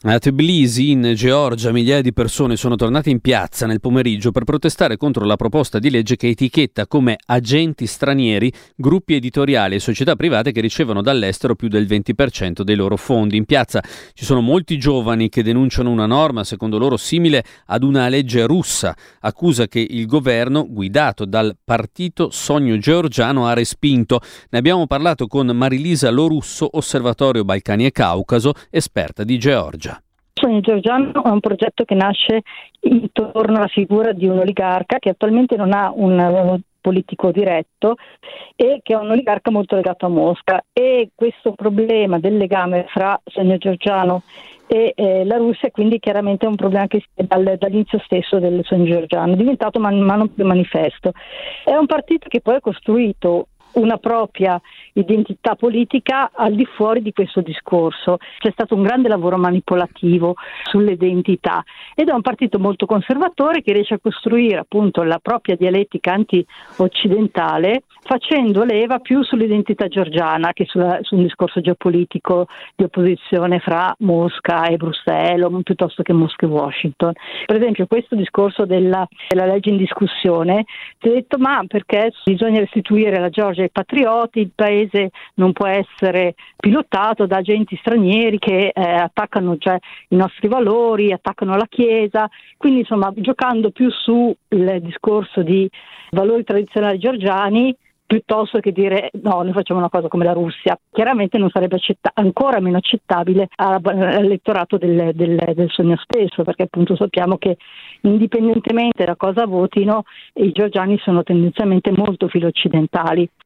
A Tbilisi, in Georgia, migliaia di persone sono tornate in piazza nel pomeriggio per protestare contro la proposta di legge che etichetta come agenti stranieri gruppi editoriali e società private che ricevono dall'estero più del 20% dei loro fondi. In piazza ci sono molti giovani che denunciano una norma, secondo loro, simile ad una legge russa, accusa che il governo, guidato dal partito Sogno Georgiano, ha respinto. Ne abbiamo parlato con Marilisa Lorusso, Osservatorio Balcani e Caucaso, esperta di Georgia. Sogno Georgiano è un progetto che nasce intorno alla figura di un oligarca che attualmente non ha un politico diretto e che è un oligarca molto legato a Mosca, e questo problema del legame fra Sogno Georgiano e la Russia quindi chiaramente è un problema che dall'inizio stesso del Sogno Georgiano è diventato man mano più manifesto. È un partito che poi ha costruito una propria identità politica al di fuori di questo discorso. C'è stato un grande lavoro manipolativo sulle identità ed è un partito molto conservatore che riesce a costruire appunto la propria dialettica anti-occidentale facendo leva più sull'identità georgiana che su un discorso geopolitico di opposizione fra Mosca e Bruxelles piuttosto che Mosca e Washington. Per esempio questo discorso della legge in discussione si è detto ma perché bisogna restituire la Georgia ai patrioti, il paese non può essere pilotato da agenti stranieri che attaccano i nostri valori, attaccano la Chiesa, quindi insomma giocando più sul discorso di valori tradizionali georgiani piuttosto che dire no, noi facciamo una cosa come la Russia. Chiaramente non sarebbe ancora meno accettabile all'elettorato del Sogno stesso, perché appunto sappiamo che indipendentemente da cosa votino i georgiani sono tendenzialmente molto filo-occidentali.